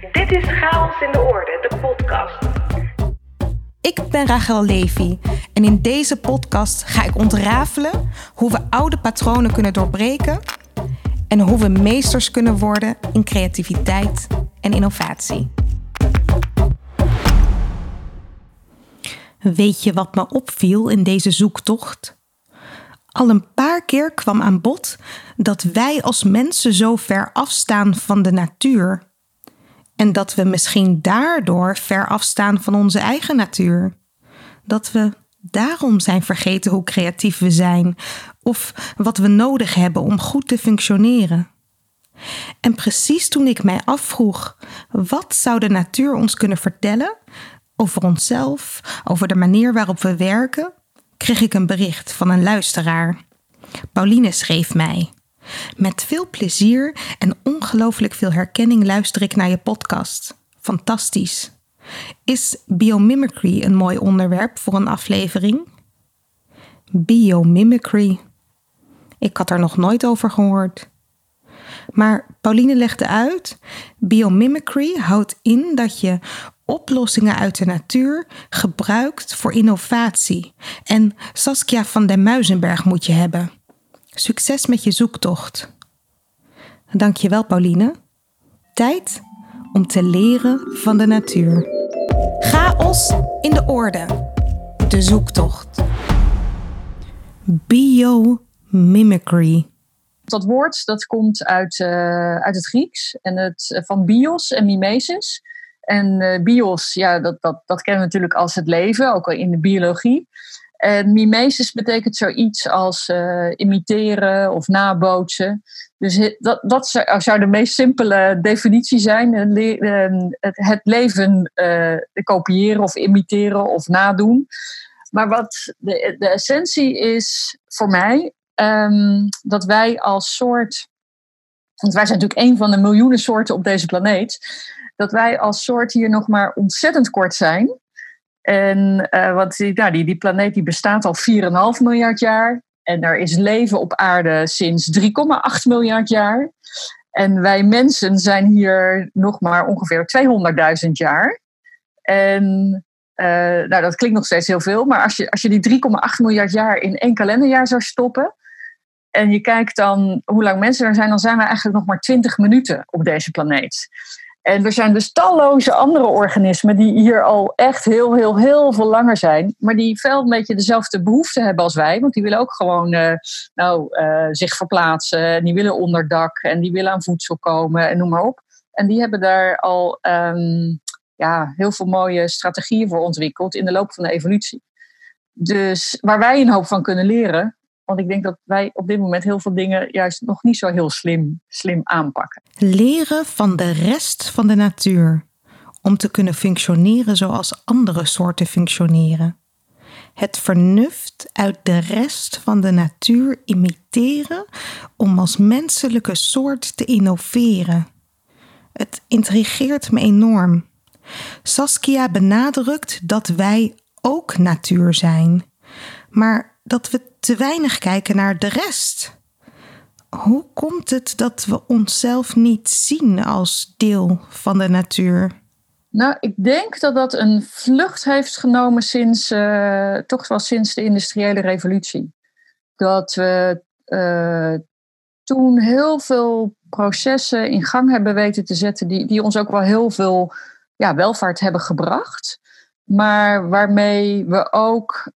Dit is Chaos in de Orde, de podcast. Ik ben Rachel Levy en in deze podcast ga ik ontrafelen hoe we oude patronen kunnen doorbreken en hoe we meesters kunnen worden in creativiteit en innovatie. Weet je wat me opviel in deze zoektocht? Al een paar keer kwam aan bod dat wij als mensen zo ver afstaan van de natuur. En dat we misschien daardoor ver afstaan van onze eigen natuur. Dat we daarom zijn vergeten hoe creatief we zijn of wat we nodig hebben om goed te functioneren. En precies toen ik mij afvroeg, wat zou de natuur ons kunnen vertellen over onszelf, over de manier waarop we werken, kreeg ik een bericht van een luisteraar. Pauline schreef mij: met veel plezier en ongelooflijk veel herkenning luister ik naar je podcast. Fantastisch. Is biomimicry een mooi onderwerp voor een aflevering? Biomimicry. Ik had er nog nooit over gehoord. Maar Pauline legde uit: biomimicry houdt in dat je oplossingen uit de natuur gebruikt voor innovatie. En Saskia van den Muizenberg moet je hebben. Succes met je zoektocht. Dankjewel, Pauline. Tijd om te leren van de natuur. Chaos in de orde. De zoektocht. Biomimicry. Dat woord dat komt uit het Grieks en van bios en mimesis. En bios, ja, dat kennen we natuurlijk als het leven, ook al in de biologie. En mimesis betekent zoiets als imiteren of nabootsen. Dus dat zou de meest simpele definitie zijn. Het leven kopiëren of imiteren of nadoen. Maar wat de essentie is voor mij, dat wij als soort, want wij zijn natuurlijk een van de miljoenen soorten op deze planeet, dat wij als soort hier nog maar ontzettend kort zijn. En want die planeet die bestaat al 4,5 miljard jaar. En er is leven op aarde sinds 3,8 miljard jaar. En wij mensen zijn hier nog maar ongeveer 200.000 jaar. En dat klinkt nog steeds heel veel. Maar als je die 3,8 miljard jaar in 1 kalenderjaar zou stoppen. En je kijkt dan hoe lang mensen er zijn. Dan zijn we eigenlijk nog maar 20 minuten op deze planeet. En er zijn dus talloze andere organismen die hier al echt heel veel langer zijn. Maar die veel een beetje dezelfde behoeften hebben als wij. Want die willen ook gewoon zich verplaatsen. En die willen onderdak. En die willen aan voedsel komen. En noem maar op. En die hebben daar al heel veel mooie strategieën voor ontwikkeld in de loop van de evolutie. Dus waar wij een hoop van kunnen leren. Want ik denk dat wij op dit moment heel veel dingen juist nog niet zo heel slim aanpakken. Leren van de rest van de natuur. Om te kunnen functioneren zoals andere soorten functioneren. Het vernuft uit de rest van de natuur imiteren om als menselijke soort te innoveren. Het intrigeert me enorm. Saskia benadrukt dat wij ook natuur zijn. Maar dat we te weinig kijken naar de rest. Hoe komt het dat we onszelf niet zien als deel van de natuur? Nou, ik denk dat dat een vlucht heeft genomen sinds de industriële revolutie. Dat we toen heel veel processen in gang hebben weten te zetten die ons ook wel heel veel welvaart hebben gebracht. Maar waarmee we ook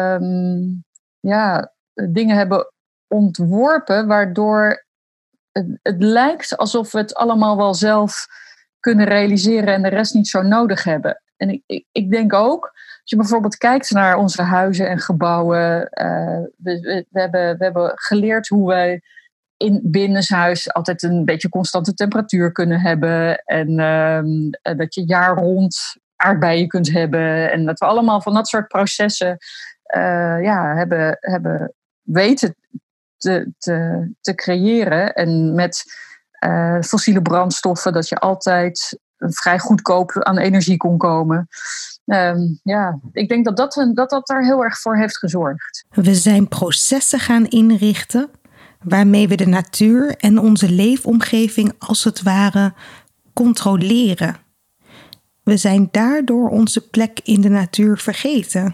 dingen hebben ontworpen waardoor het lijkt alsof we het allemaal wel zelf kunnen realiseren en de rest niet zo nodig hebben. En ik denk ook, als je bijvoorbeeld kijkt naar onze huizen en gebouwen, we hebben geleerd hoe we in binnenshuis altijd een beetje constante temperatuur kunnen hebben en dat je jaar rond aardbeien kunt hebben en dat we allemaal van dat soort processen hebben weten te creëren. En met fossiele brandstoffen dat je altijd vrij goedkoop aan energie kon komen. Ik denk dat daar heel erg voor heeft gezorgd. We zijn processen gaan inrichten waarmee we de natuur en onze leefomgeving als het ware controleren. We zijn daardoor onze plek in de natuur vergeten.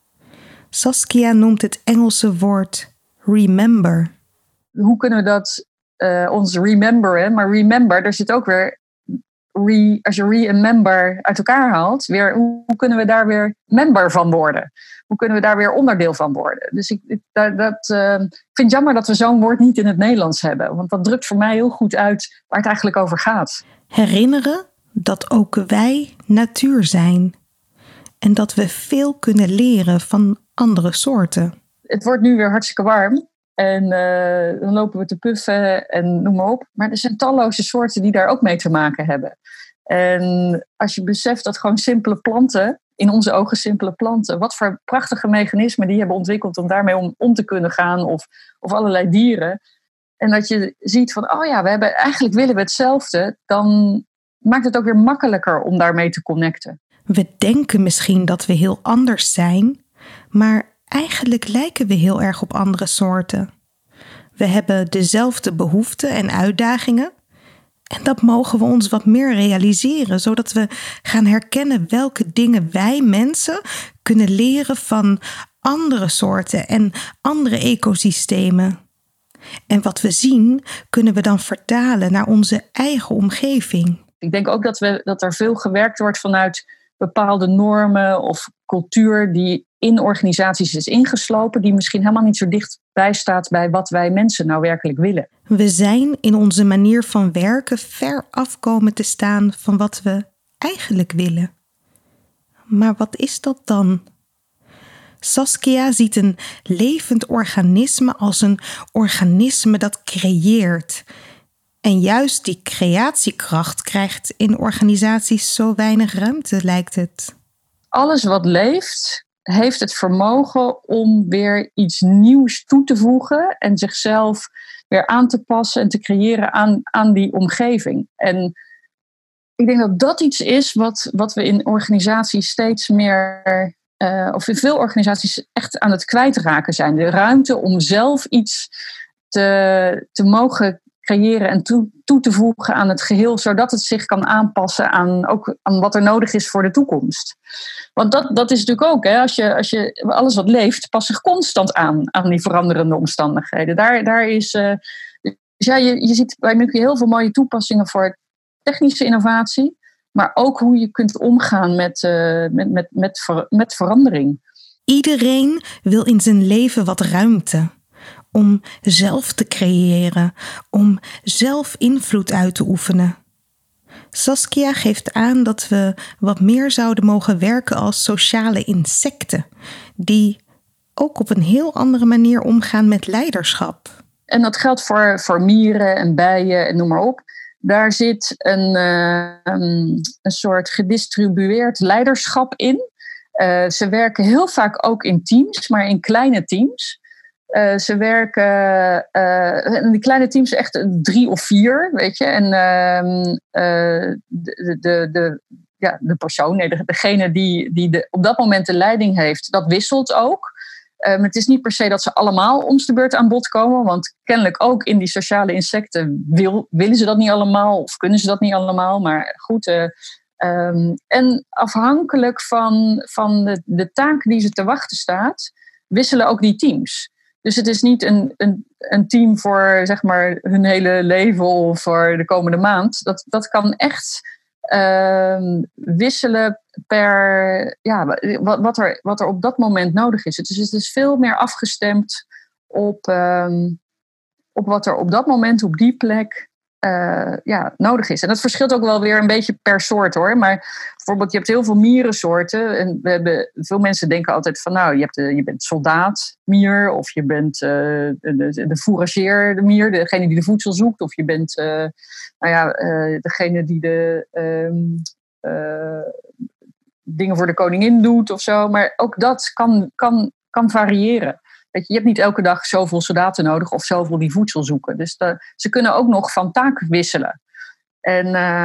Saskia noemt het Engelse woord remember. Hoe kunnen we dat ons rememberen? Maar remember, daar zit ook weer als je re en member uit elkaar haalt, weer, hoe kunnen we daar weer member van worden? Hoe kunnen we daar weer onderdeel van worden? Dus ik vind het jammer dat we zo'n woord niet in het Nederlands hebben. Want dat drukt voor mij heel goed uit waar het eigenlijk over gaat. Herinneren dat ook wij natuur zijn. En dat we veel kunnen leren van andere soorten. Het wordt nu weer hartstikke warm. En dan lopen we te puffen en noem maar op. Maar er zijn talloze soorten die daar ook mee te maken hebben. En als je beseft dat gewoon simpele planten, in onze ogen simpele planten, wat voor prachtige mechanismen die hebben ontwikkeld om daarmee om te kunnen gaan. Of allerlei dieren. En dat je ziet van, oh ja, eigenlijk willen we hetzelfde. Dan maakt het ook weer makkelijker om daarmee te connecten. We denken misschien dat we heel anders zijn, maar eigenlijk lijken we heel erg op andere soorten. We hebben dezelfde behoeften en uitdagingen. En dat mogen we ons wat meer realiseren, zodat we gaan herkennen welke dingen wij mensen kunnen leren van andere soorten en andere ecosystemen. En wat we zien, kunnen we dan vertalen naar onze eigen omgeving. Ik denk ook dat er veel gewerkt wordt vanuit bepaalde normen of cultuur die in organisaties is ingeslopen, die misschien helemaal niet zo dichtbij staat bij wat wij mensen nou werkelijk willen. We zijn in onze manier van werken ver af komen te staan van wat we eigenlijk willen. Maar wat is dat dan? Saskia ziet een levend organisme als een organisme dat creëert. En juist die creatiekracht krijgt in organisaties zo weinig ruimte, lijkt het. Alles wat leeft, heeft het vermogen om weer iets nieuws toe te voegen en zichzelf weer aan te passen en te creëren aan die omgeving. En ik denk dat dat iets is wat we in organisaties steeds meer, of in veel organisaties echt aan het kwijtraken zijn. De ruimte om zelf iets te mogen creëren en toe te voegen aan het geheel, zodat het zich kan aanpassen aan wat er nodig is voor de toekomst. Want dat is natuurlijk ook, hè, als je alles wat leeft, past zich constant aan die veranderende omstandigheden. Daar is, dus ja, je ziet bij Muki heel veel mooie toepassingen voor technische innovatie, maar ook hoe je kunt omgaan met verandering. Iedereen wil in zijn leven wat ruimte. Om zelf te creëren, om zelf invloed uit te oefenen. Saskia geeft aan dat we wat meer zouden mogen werken als sociale insecten, die ook op een heel andere manier omgaan met leiderschap. En dat geldt voor mieren en bijen en noem maar op. Daar zit een soort gedistribueerd leiderschap in. Ze werken heel vaak ook in teams, maar in kleine teams. Ze werken in die kleine teams echt 3 of 4, weet je. En de persoon, degene die op dat moment de leiding heeft, dat wisselt ook. Maar het is niet per se dat ze allemaal om de beurt aan bod komen. Want kennelijk ook in die sociale insecten willen ze dat niet allemaal of kunnen ze dat niet allemaal. Maar goed, en afhankelijk van de taak die ze te wachten staat, wisselen ook die teams. Dus het is niet een team voor zeg maar hun hele leven of voor de komende maand. Dat kan echt wisselen per wat er op dat moment nodig is. Dus het is veel meer afgestemd op wat er op dat moment op die plek nodig is. En dat verschilt ook wel weer een beetje per soort hoor. Maar bijvoorbeeld je hebt heel veel mierensoorten. En veel mensen denken altijd van nou, je bent soldaatmier. Of je bent de fourageer, de mier. Degene die de voedsel zoekt. Of je bent degene die de dingen voor de koningin doet of zo. Maar ook dat kan variëren. Je hebt niet elke dag zoveel soldaten nodig of zoveel die voedsel zoeken. Dus ze kunnen ook nog van taak wisselen. En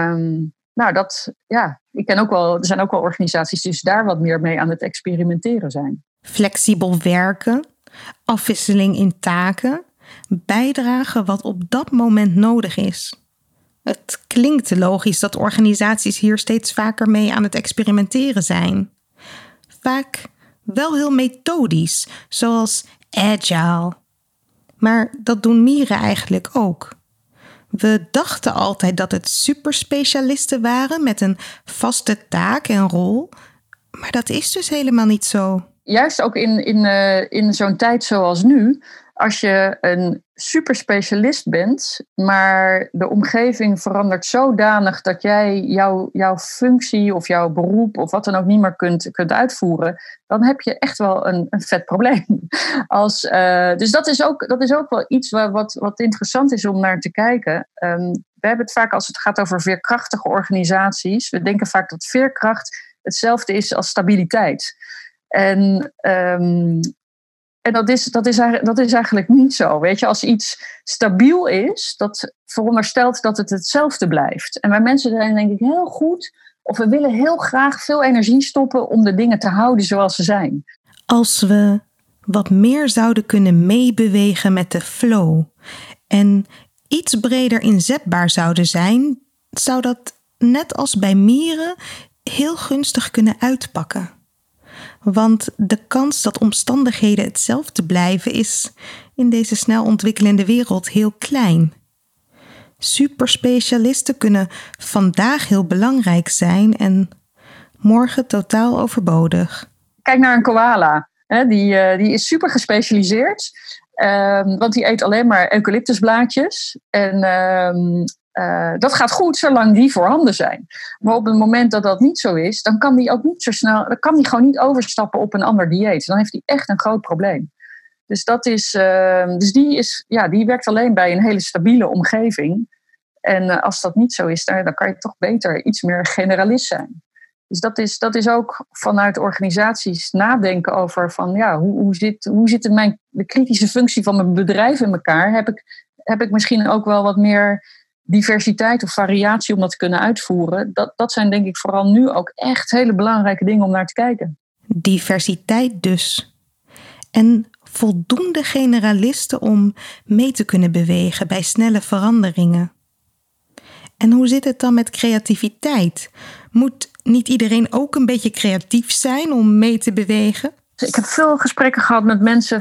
ik ken ook wel, er zijn ook wel organisaties die dus daar wat meer mee aan het experimenteren zijn. Flexibel werken, afwisseling in taken, bijdragen wat op dat moment nodig is. Het klinkt logisch dat organisaties hier steeds vaker mee aan het experimenteren zijn. Vaak wel heel methodisch, zoals agile. Maar dat doen mieren eigenlijk ook. We dachten altijd dat het superspecialisten waren met een vaste taak en rol. Maar dat is dus helemaal niet zo. Juist ook in zo'n tijd zoals nu, als je een superspecialist bent, maar de omgeving verandert zodanig dat jij jouw functie of jouw beroep of wat dan ook niet meer kunt uitvoeren, dan heb je echt wel een vet probleem. Dus dat is ook wel iets wat interessant is om naar te kijken. We hebben het vaak als het gaat over veerkrachtige organisaties. We denken vaak dat veerkracht hetzelfde is als stabiliteit. En dat is eigenlijk niet zo. Weet je, als iets stabiel is, dat veronderstelt dat het hetzelfde blijft. En wij mensen zijn denk ik heel goed, of we willen heel graag veel energie stoppen om de dingen te houden zoals ze zijn. Als we wat meer zouden kunnen meebewegen met de flow en iets breder inzetbaar zouden zijn, zou dat net als bij mieren heel gunstig kunnen uitpakken. Want de kans dat omstandigheden hetzelfde blijven is in deze snel ontwikkelende wereld heel klein. Superspecialisten kunnen vandaag heel belangrijk zijn en morgen totaal overbodig. Kijk naar een koala. Die is super gespecialiseerd. Want die eet alleen maar eucalyptusblaadjes. En dat gaat goed zolang die voorhanden zijn. Maar op het moment dat dat niet zo is, dan kan die ook niet zo snel, dan kan die gewoon niet overstappen op een ander dieet. Dan heeft hij echt een groot probleem. Dus die werkt alleen bij een hele stabiele omgeving. En als dat niet zo is, dan kan je toch beter iets meer generalist zijn. Dus dat is ook vanuit organisaties nadenken over van ja, hoe zit de kritische functie van mijn bedrijf in elkaar? Heb ik misschien ook wel wat meer diversiteit of variatie om dat te kunnen uitvoeren? Dat zijn denk ik vooral nu ook echt hele belangrijke dingen om naar te kijken. Diversiteit dus. En voldoende generalisten om mee te kunnen bewegen bij snelle veranderingen. En hoe zit het dan met creativiteit? Moet niet iedereen ook een beetje creatief zijn om mee te bewegen? Ik heb veel gesprekken gehad met mensen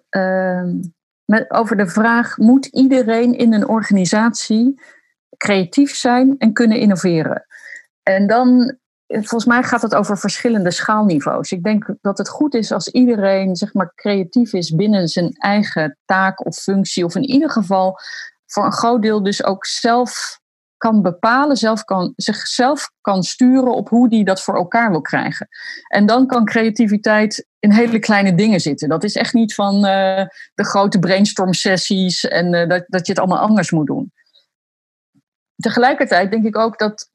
over de vraag: moet iedereen in een organisatie creatief zijn en kunnen innoveren? En dan, volgens mij gaat het over verschillende schaalniveaus. Ik denk dat het goed is als iedereen zeg maar creatief is binnen zijn eigen taak of functie, of in ieder geval voor een groot deel dus ook zelf kan bepalen, zichzelf kan sturen op hoe die dat voor elkaar wil krijgen. En dan kan creativiteit in hele kleine dingen zitten. Dat is echt niet van de grote brainstorm sessies en dat je het allemaal anders moet doen. Tegelijkertijd denk ik ook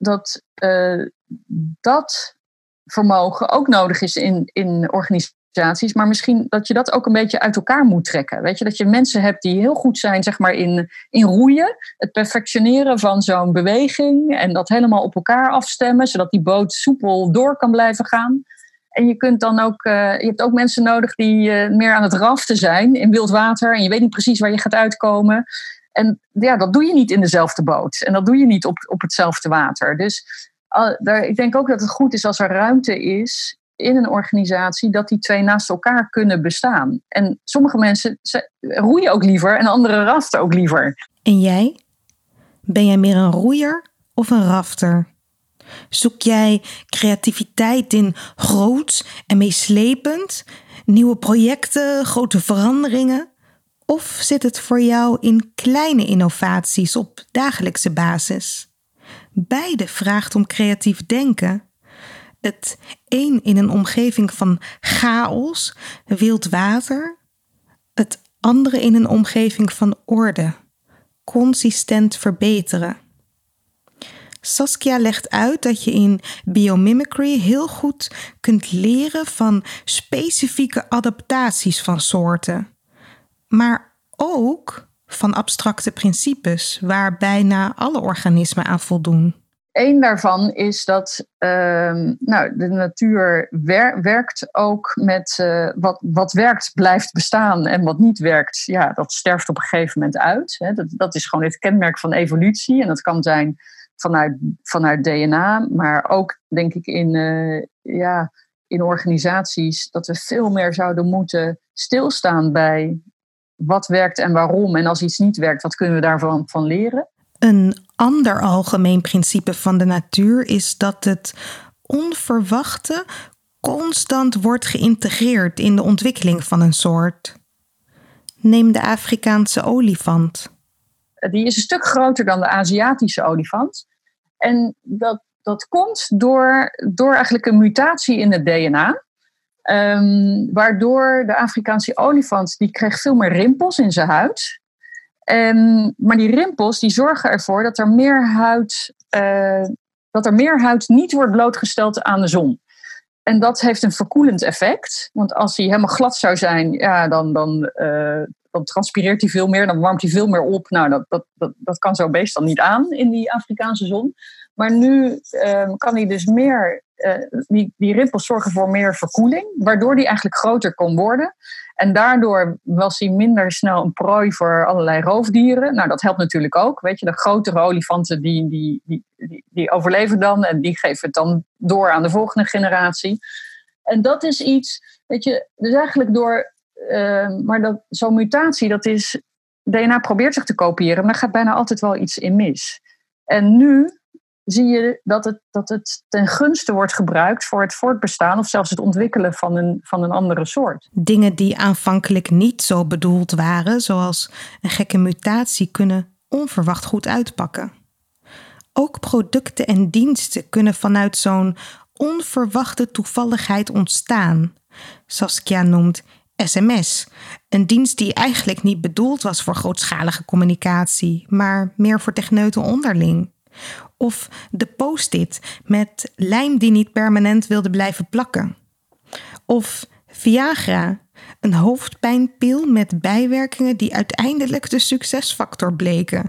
dat vermogen ook nodig is in organisaties, maar misschien dat je dat ook een beetje uit elkaar moet trekken. Weet je, dat je mensen hebt die heel goed zijn zeg maar in roeien, het perfectioneren van zo'n beweging en dat helemaal op elkaar afstemmen, zodat die boot soepel door kan blijven gaan. En je kunt dan ook, je hebt ook mensen nodig die meer aan het raften zijn in wild water en je weet niet precies waar je gaat uitkomen. En ja, dat doe je niet in dezelfde boot en dat doe je niet op hetzelfde water. Dus ik denk ook dat het goed is als er ruimte is in een organisatie dat die twee naast elkaar kunnen bestaan. En sommige mensen roeien ook liever en anderen raften ook liever. En jij? Ben jij meer een roeier of een rafter? Zoek jij creativiteit in groot en meeslepend, nieuwe projecten, grote veranderingen? Of zit het voor jou in kleine innovaties op dagelijkse basis? Beide vraagt om creatief denken. Het een in een omgeving van chaos, wild water. Het andere in een omgeving van orde, consistent verbeteren. Saskia legt uit dat je in biomimicry heel goed kunt leren van specifieke adaptaties van soorten. Maar ook van abstracte principes waar bijna alle organismen aan voldoen. Eén daarvan is dat de natuur werkt ook met wat werkt blijft bestaan en wat niet werkt, ja, dat sterft op een gegeven moment uit. Hè. Dat is gewoon het kenmerk van evolutie en dat kan zijn vanuit DNA, maar ook denk ik in organisaties dat we veel meer zouden moeten stilstaan bij wat werkt en waarom. En als iets niet werkt, wat kunnen we daarvan leren? Een ander algemeen principe van de natuur is dat het onverwachte constant wordt geïntegreerd in de ontwikkeling van een soort. Neem de Afrikaanse olifant. Die is een stuk groter dan de Aziatische olifant. En dat komt door eigenlijk een mutatie in het DNA. Waardoor de Afrikaanse olifant die kreeg veel meer rimpels in zijn huid. Maar die rimpels die zorgen ervoor dat er meer huid niet wordt blootgesteld aan de zon. En dat heeft een verkoelend effect. Want als hij helemaal glad zou zijn, ja, dan transpireert hij veel meer. Dan warmt hij veel meer op. Nou, dat kan zo'n beest dan niet aan in die Afrikaanse zon. Maar nu kan hij dus meer... Die rimpels zorgen voor meer verkoeling. Waardoor hij eigenlijk groter kon worden. En daardoor was hij minder snel een prooi voor allerlei roofdieren. Nou, dat helpt natuurlijk ook. Weet je, de grotere olifanten die overleven dan. En die geven het dan door aan de volgende generatie. En dat is iets, weet je, dus eigenlijk zo'n mutatie, dat is, DNA probeert zich te kopiëren, maar daar gaat bijna altijd wel iets in mis. En nu zie je dat het ten gunste wordt gebruikt voor het voortbestaan of zelfs het ontwikkelen van een andere soort. Dingen die aanvankelijk niet zo bedoeld waren, zoals een gekke mutatie, kunnen onverwacht goed uitpakken. Ook producten en diensten kunnen vanuit zo'n onverwachte toevalligheid ontstaan. Saskia noemt SMS, een dienst die eigenlijk niet bedoeld was voor grootschalige communicatie, maar meer voor techneuten onderling. Of de post-it met lijm die niet permanent wilde blijven plakken. Of Viagra, een hoofdpijnpil met bijwerkingen die uiteindelijk de succesfactor bleken.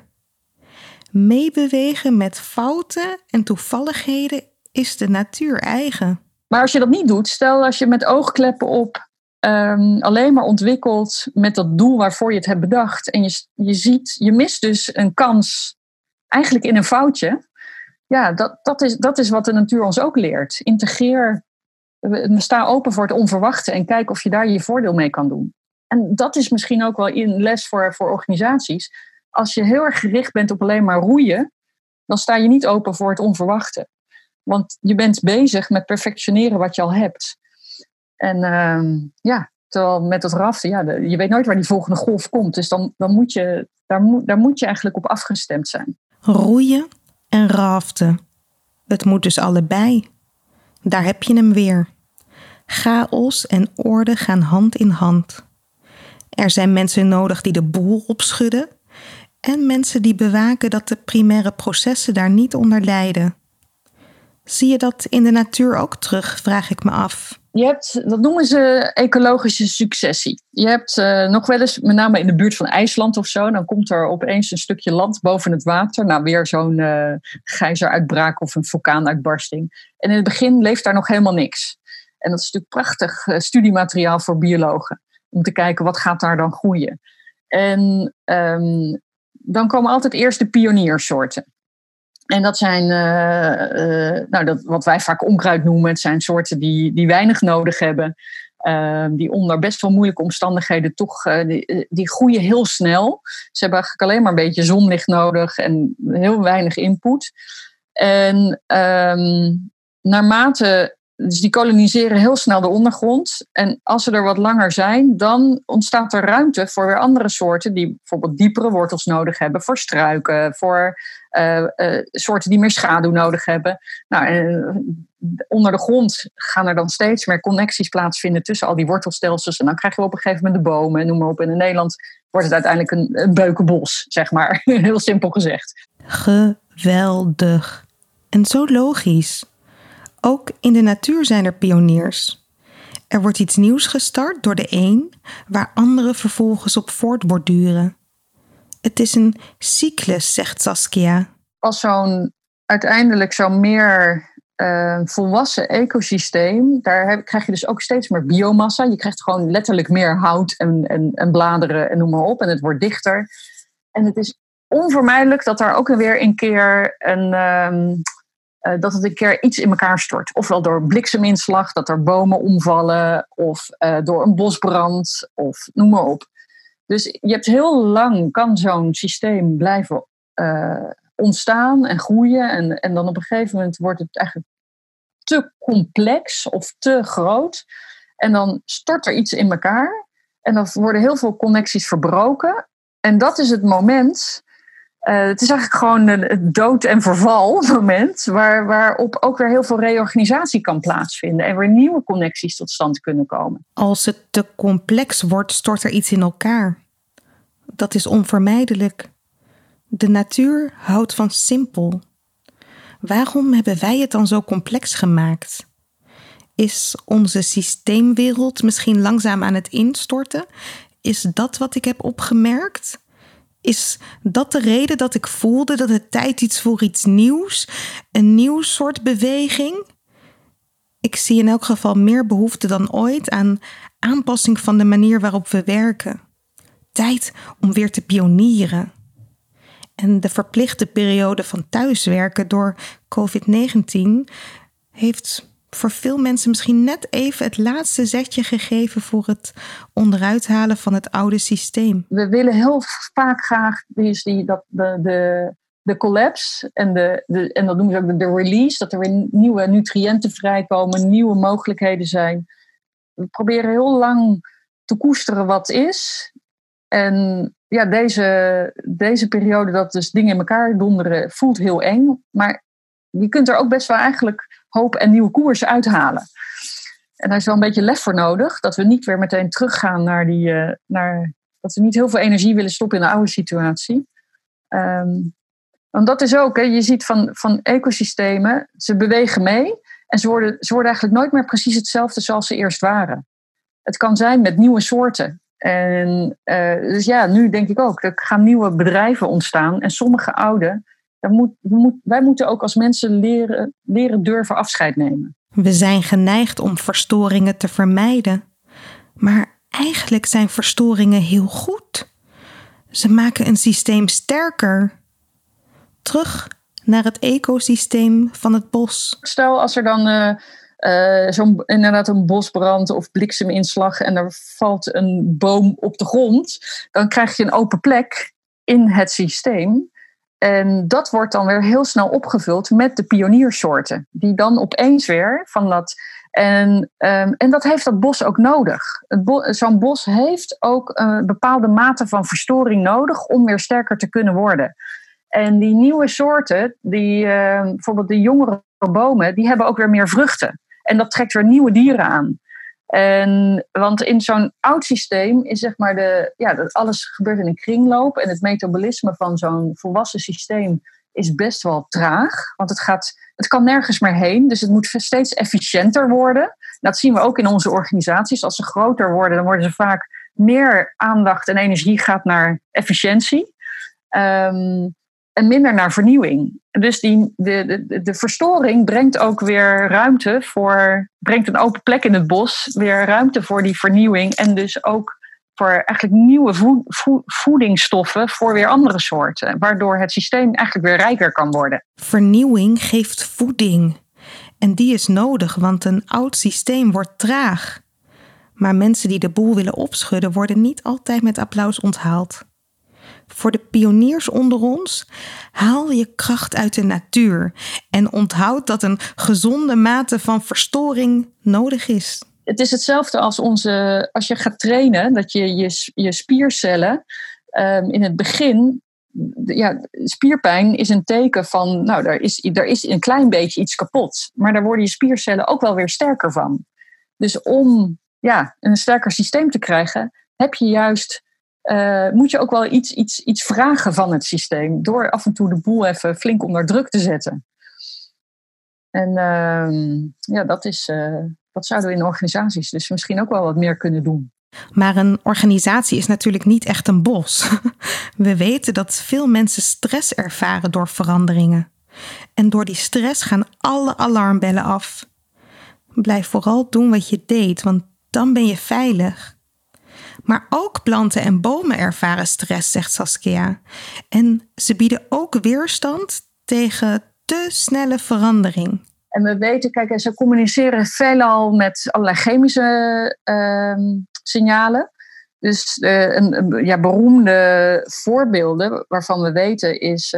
Meebewegen met fouten en toevalligheden is de natuur eigen. Maar als je dat niet doet, stel als je met oogkleppen op alleen maar ontwikkelt met dat doel waarvoor je het hebt bedacht en je mist dus een kans eigenlijk in een foutje. Ja, dat is wat de natuur ons ook leert. Integreer, sta open voor het onverwachte en kijk of je daar je voordeel mee kan doen. En dat is misschien ook wel een les voor organisaties. Als je heel erg gericht bent op alleen maar roeien, dan sta je niet open voor het onverwachte. Want je bent bezig met perfectioneren wat je al hebt. En terwijl met het raften, je weet nooit waar die volgende golf komt. Dus dan moet je, daar moet je eigenlijk op afgestemd zijn. Roeien en raften. Het moet dus allebei. Daar heb je hem weer. Chaos en orde gaan hand in hand. Er zijn mensen nodig die de boel opschudden en mensen die bewaken dat de primaire processen daar niet onder lijden. Zie je dat in de natuur ook terug, vraag ik me af. Je hebt, dat noemen ze ecologische successie. Je hebt nog wel eens, met name in de buurt van IJsland of zo, dan komt er opeens een stukje land boven het water. Nou, weer zo'n gijzeruitbraak of een vulkaanuitbarsting. En in het begin leeft daar nog helemaal niks. En dat is natuurlijk prachtig studiemateriaal voor biologen. Om te kijken, wat gaat daar dan groeien? En dan komen altijd eerst de pioniersoorten. En dat zijn wat wij vaak onkruid noemen. Het zijn soorten die weinig nodig hebben. Die onder best wel moeilijke omstandigheden toch... die groeien heel snel. Ze hebben eigenlijk alleen maar een beetje zonlicht nodig. En heel weinig input. En naarmate... Dus die koloniseren heel snel de ondergrond. En als ze er wat langer zijn, dan ontstaat er ruimte voor weer andere soorten die bijvoorbeeld diepere wortels nodig hebben, voor struiken, voor soorten die meer schaduw nodig hebben. Nou, onder de grond gaan er dan steeds meer connecties plaatsvinden tussen al die wortelstelsels. En dan krijg je op een gegeven moment de bomen en noem maar op. En in Nederland wordt het uiteindelijk een beukenbos, zeg maar. Heel simpel gezegd. Geweldig. En zo logisch. Ook in de natuur zijn er pioniers. Er wordt iets nieuws gestart door de een, waar anderen vervolgens op voortborduren. Het is een cyclus, zegt Saskia. Als zo'n uiteindelijk zo'n meer volwassen ecosysteem, krijg je dus ook steeds meer biomassa. Je krijgt gewoon letterlijk meer hout en bladeren en noem maar op. En het wordt dichter. En het is onvermijdelijk dat er ook weer een keer dat het een keer iets in elkaar stort. Ofwel door een blikseminslag, dat er bomen omvallen, of door een bosbrand, of noem maar op. Dus je hebt heel lang, kan zo'n systeem blijven ontstaan en groeien. En dan op een gegeven moment wordt het eigenlijk te complex of te groot. En dan stort er iets in elkaar. En dan worden heel veel connecties verbroken. En dat is het moment. Het is eigenlijk gewoon het dood- en verval moment. Waarop ook weer heel veel reorganisatie kan plaatsvinden. En weer nieuwe connecties tot stand kunnen komen. Als het te complex wordt, stort er iets in elkaar. Dat is onvermijdelijk. De natuur houdt van simpel. Waarom hebben wij het dan zo complex gemaakt? Is onze systeemwereld misschien langzaam aan het instorten? Is dat wat ik heb opgemerkt? Is dat de reden dat ik voelde dat het tijd is voor iets nieuws? Een nieuw soort beweging? Ik zie in elk geval meer behoefte dan ooit aan aanpassing van de manier waarop we werken. Tijd om weer te pionieren. En de verplichte periode van thuiswerken door COVID-19 heeft voor veel mensen misschien net even het laatste zetje gegeven voor het onderuit halen van het oude systeem. We willen heel vaak graag de collapse en dat noemen ze ook de release, dat er weer nieuwe nutriënten vrijkomen, nieuwe mogelijkheden zijn. We proberen heel lang te koesteren wat is. En ja, deze periode dat dus dingen in elkaar donderen voelt heel eng. Maar je kunt er ook best wel eigenlijk hoop en nieuwe koers uithalen. En daar is wel een beetje lef voor nodig. Dat we niet weer meteen teruggaan naar dat we niet heel veel energie willen stoppen in de oude situatie. Want dat is ook, hè, je ziet van ecosystemen, ze bewegen mee. En ze worden eigenlijk nooit meer precies hetzelfde zoals ze eerst waren. Het kan zijn met nieuwe soorten. En dus ja, nu denk ik ook, er gaan nieuwe bedrijven ontstaan. En sommige oude, wij moeten ook als mensen leren durven afscheid nemen. We zijn geneigd om verstoringen te vermijden. Maar eigenlijk zijn verstoringen heel goed. Ze maken een systeem sterker. Terug naar het ecosysteem van het bos. Stel als er dan inderdaad een bosbrand of blikseminslag en er valt een boom op de grond, dan krijg je een open plek in het systeem. En dat wordt dan weer heel snel opgevuld met de pioniersoorten. Die dan opeens weer van dat. En dat heeft dat bos ook nodig. Zo'n bos heeft ook een bepaalde mate van verstoring nodig om weer sterker te kunnen worden. En die nieuwe soorten, bijvoorbeeld de jongere bomen, die hebben ook weer meer vruchten. En dat trekt weer nieuwe dieren aan. Want in zo'n oud systeem is zeg maar dat alles gebeurt in een kringloop. En het metabolisme van zo'n volwassen systeem is best wel traag. Want het kan nergens meer heen. Dus het moet steeds efficiënter worden. Dat zien we ook in onze organisaties. Als ze groter worden, dan worden ze vaak meer aandacht en energie gaat naar efficiëntie. En minder naar vernieuwing. Dus de verstoring brengt ook weer ruimte brengt een open plek in het bos, weer ruimte voor die vernieuwing en dus ook voor eigenlijk nieuwe voedingsstoffen voor weer andere soorten, waardoor het systeem eigenlijk weer rijker kan worden. Vernieuwing geeft voeding. En die is nodig, want een oud systeem wordt traag. Maar mensen die de boel willen opschudden, worden niet altijd met applaus onthaald. Voor de pioniers onder ons, haal je kracht uit de natuur en onthoud dat een gezonde mate van verstoring nodig is. Het is hetzelfde als je gaat trainen, dat je spiercellen in het begin, spierpijn is een teken van, er is een klein beetje iets kapot, maar daar worden je spiercellen ook wel weer sterker van. Dus om een sterker systeem te krijgen, heb je juist moet je ook wel iets vragen van het systeem. Door af en toe de boel even flink onder druk te zetten. En dat zouden we in organisaties dus misschien ook wel wat meer kunnen doen. Maar een organisatie is natuurlijk niet echt een bos. We weten dat veel mensen stress ervaren door veranderingen. En door die stress gaan alle alarmbellen af. Blijf vooral doen wat je deed, want dan ben je veilig. Maar ook planten en bomen ervaren stress, zegt Saskia. En ze bieden ook weerstand tegen te snelle verandering. En we weten, kijk, ze communiceren veelal met allerlei chemische signalen. Dus beroemde voorbeelden waarvan we weten is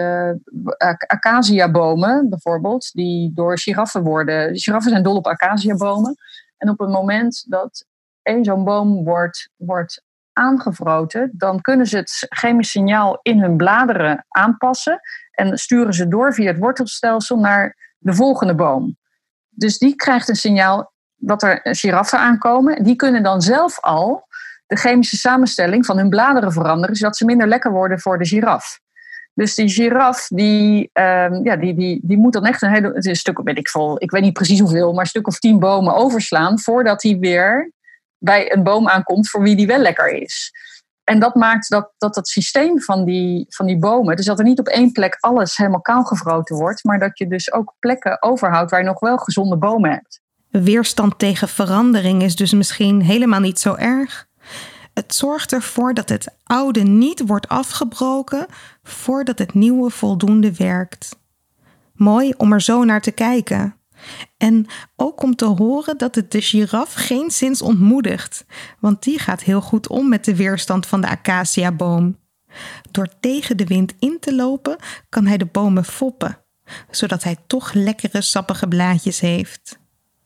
acaciabomen bijvoorbeeld, die door giraffen worden. De giraffen zijn dol op acaciabomen. En op het moment dat één zo'n boom wordt aangevroten, dan kunnen ze het chemisch signaal in hun bladeren aanpassen en sturen ze door via het wortelstelsel naar de volgende boom. Dus die krijgt een signaal dat er giraffen aankomen. Die kunnen dan zelf al de chemische samenstelling van hun bladeren veranderen, zodat ze minder lekker worden voor de giraf. Dus die giraf, die moet dan echt het is een stuk, ik weet niet precies hoeveel, maar een stuk of 10 bomen overslaan voordat hij weer bij een boom aankomt voor wie die wel lekker is. En dat maakt dat systeem van die bomen, dus dat er niet op één plek alles helemaal kaalgevroten wordt, maar dat je dus ook plekken overhoudt waar je nog wel gezonde bomen hebt. Weerstand tegen verandering is dus misschien helemaal niet zo erg. Het zorgt ervoor dat het oude niet wordt afgebroken voordat het nieuwe voldoende werkt. Mooi om er zo naar te kijken. En ook om te horen dat het de giraf geenszins ontmoedigt, want die gaat heel goed om met de weerstand van de acaciaboom. Door tegen de wind in te lopen kan hij de bomen foppen, zodat hij toch lekkere sappige blaadjes heeft.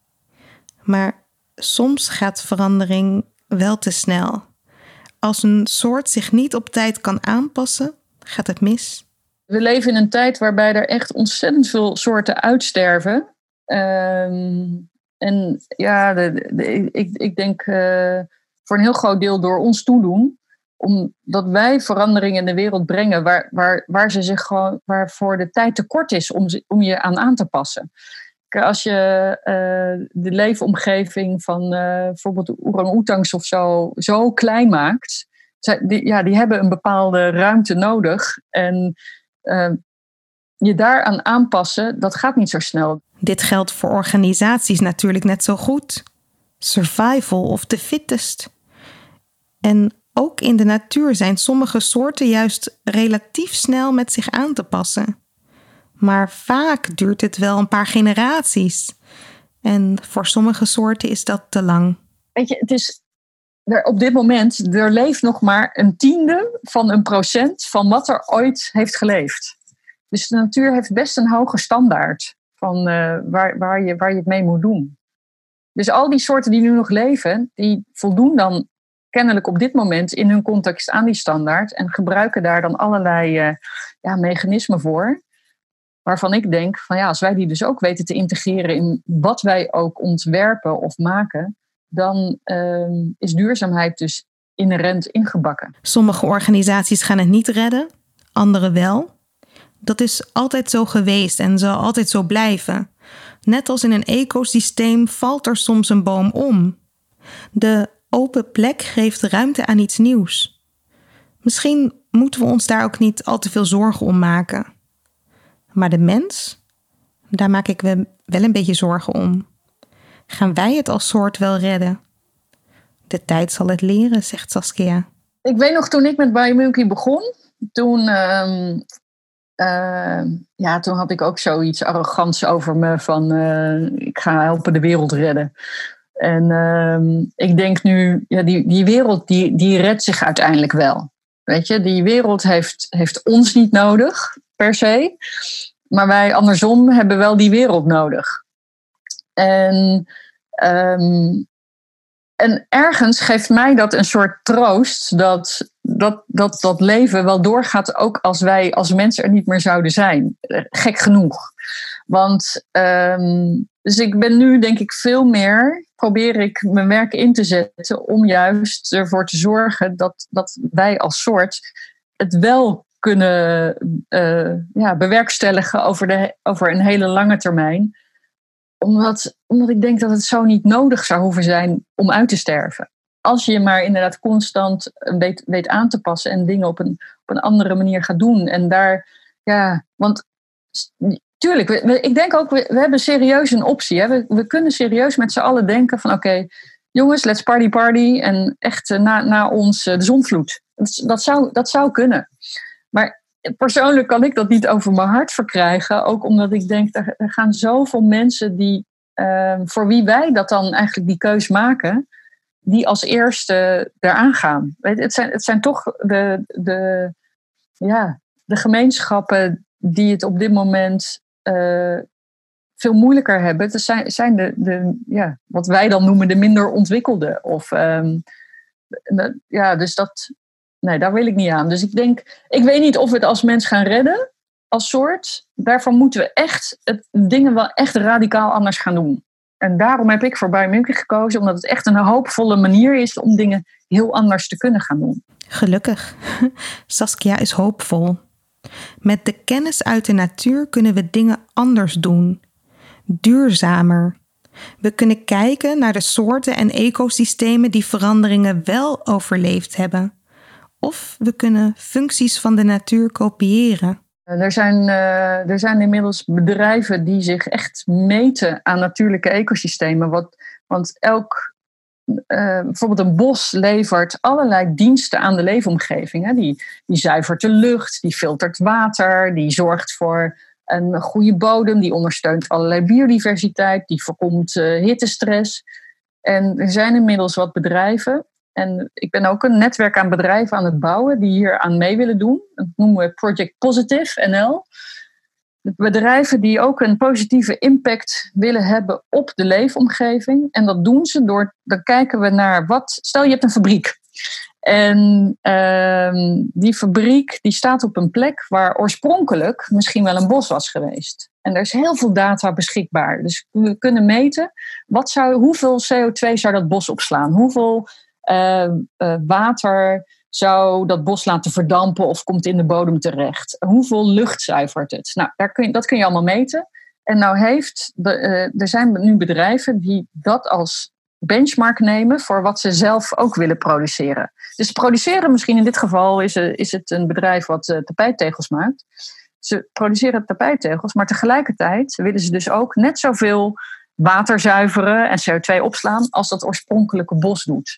Maar soms gaat verandering wel te snel. Als een soort zich niet op tijd kan aanpassen, gaat het mis. We leven in een tijd waarbij er echt ontzettend veel soorten uitsterven. Ik denk voor een heel groot deel door ons toedoen, omdat wij veranderingen in de wereld brengen waarvoor de tijd te kort is om je aan te passen. Als je de leefomgeving van bijvoorbeeld orang-oetangs of zo klein maakt, die hebben een bepaalde ruimte nodig. En je daaraan aanpassen, dat gaat niet zo snel. Dit geldt voor organisaties natuurlijk net zo goed. Survival of the fittest. En ook in de natuur zijn sommige soorten juist relatief snel met zich aan te passen. Maar vaak duurt het wel een paar generaties. En voor sommige soorten is dat te lang. Weet je, het is op dit moment, er leeft nog maar 1/10% van wat er ooit heeft geleefd. Dus de natuur heeft best een hoge standaard van waar je het mee moet doen. Dus al die soorten die nu nog leven, die voldoen dan kennelijk op dit moment in hun context aan die standaard en gebruiken daar dan allerlei mechanismen voor. Waarvan ik denk, als wij die dus ook weten te integreren in wat wij ook ontwerpen of maken, dan is duurzaamheid dus inherent ingebakken. Sommige organisaties gaan het niet redden, andere wel. Dat is altijd zo geweest en zal altijd zo blijven. Net als in een ecosysteem valt er soms een boom om. De open plek geeft ruimte aan iets nieuws. Misschien moeten we ons daar ook niet al te veel zorgen om maken. Maar de mens, daar maak ik me wel een beetje zorgen om. Gaan wij het als soort wel redden? De tijd zal het leren, zegt Saskia. Ik weet nog, toen ik met Biomonkey begon, toen had ik ook zoiets arrogants over me van ik ga helpen de wereld redden. En ik denk nu, die wereld die redt zich uiteindelijk wel. Weet je, die wereld heeft ons niet nodig, per se. Maar wij andersom hebben wel die wereld nodig. En ergens geeft mij dat een soort troost dat leven wel doorgaat, ook als wij als mensen er niet meer zouden zijn. Gek genoeg. Want dus ik ben nu denk ik veel meer, probeer ik mijn werk in te zetten om juist ervoor te zorgen dat wij als soort het wel kunnen bewerkstelligen over een hele lange termijn. Omdat ik denk dat het zo niet nodig zou hoeven zijn om uit te sterven. Als je maar inderdaad constant weet aan te passen en dingen op een andere manier gaat doen. En daar, want tuurlijk. Ik denk ook, we hebben serieus een optie. Hè? We kunnen serieus met z'n allen denken van oké, jongens, let's party. En echt na ons de zondvloed. Dat zou kunnen. Maar persoonlijk kan ik dat niet over mijn hart verkrijgen. Ook omdat ik denk, er gaan zoveel mensen die, voor wie wij dat dan eigenlijk die keus maken, die als eerste eraan gaan. Het zijn toch de gemeenschappen die het op dit moment veel moeilijker hebben. Het zijn wat wij dan noemen de minder ontwikkelde. Dus dat... Nee, daar wil ik niet aan. Dus ik weet niet of we het als mens gaan redden, als soort. Daarvoor moeten we echt dingen wel echt radicaal anders gaan doen. En daarom heb ik voor Biomunity gekozen, omdat het echt een hoopvolle manier is om dingen heel anders te kunnen gaan doen. Gelukkig. Saskia is hoopvol. Met de kennis uit de natuur kunnen we dingen anders doen. Duurzamer. We kunnen kijken naar de soorten en ecosystemen die veranderingen wel overleefd hebben. Of we kunnen functies van de natuur kopiëren. Er zijn inmiddels bedrijven die zich echt meten aan natuurlijke ecosystemen. Want bijvoorbeeld een bos levert allerlei diensten aan de leefomgeving. Hè. Die zuivert de lucht, die filtert water, die zorgt voor een goede bodem, die ondersteunt allerlei biodiversiteit, die voorkomt hittestress. En er zijn inmiddels wat bedrijven. En ik ben ook een netwerk aan bedrijven aan het bouwen die hier aan mee willen doen. Dat noemen we Project Positive NL. Bedrijven die ook een positieve impact willen hebben op de leefomgeving. En dat doen ze dan kijken we naar stel je hebt een fabriek. En die fabriek die staat op een plek waar oorspronkelijk misschien wel een bos was geweest. En er is heel veel data beschikbaar. Dus we kunnen meten hoeveel CO2 zou dat bos opslaan. Hoeveel water zou dat bos laten verdampen of komt in de bodem terecht? Hoeveel lucht zuivert het? Nou, dat kun je allemaal meten. En er zijn nu bedrijven die dat als benchmark nemen voor wat ze zelf ook willen produceren. Dus produceren, misschien in dit geval is het een bedrijf wat tapijttegels maakt. Ze produceren tapijttegels, maar tegelijkertijd willen ze dus ook net zoveel water zuiveren en CO2 opslaan als dat oorspronkelijke bos doet.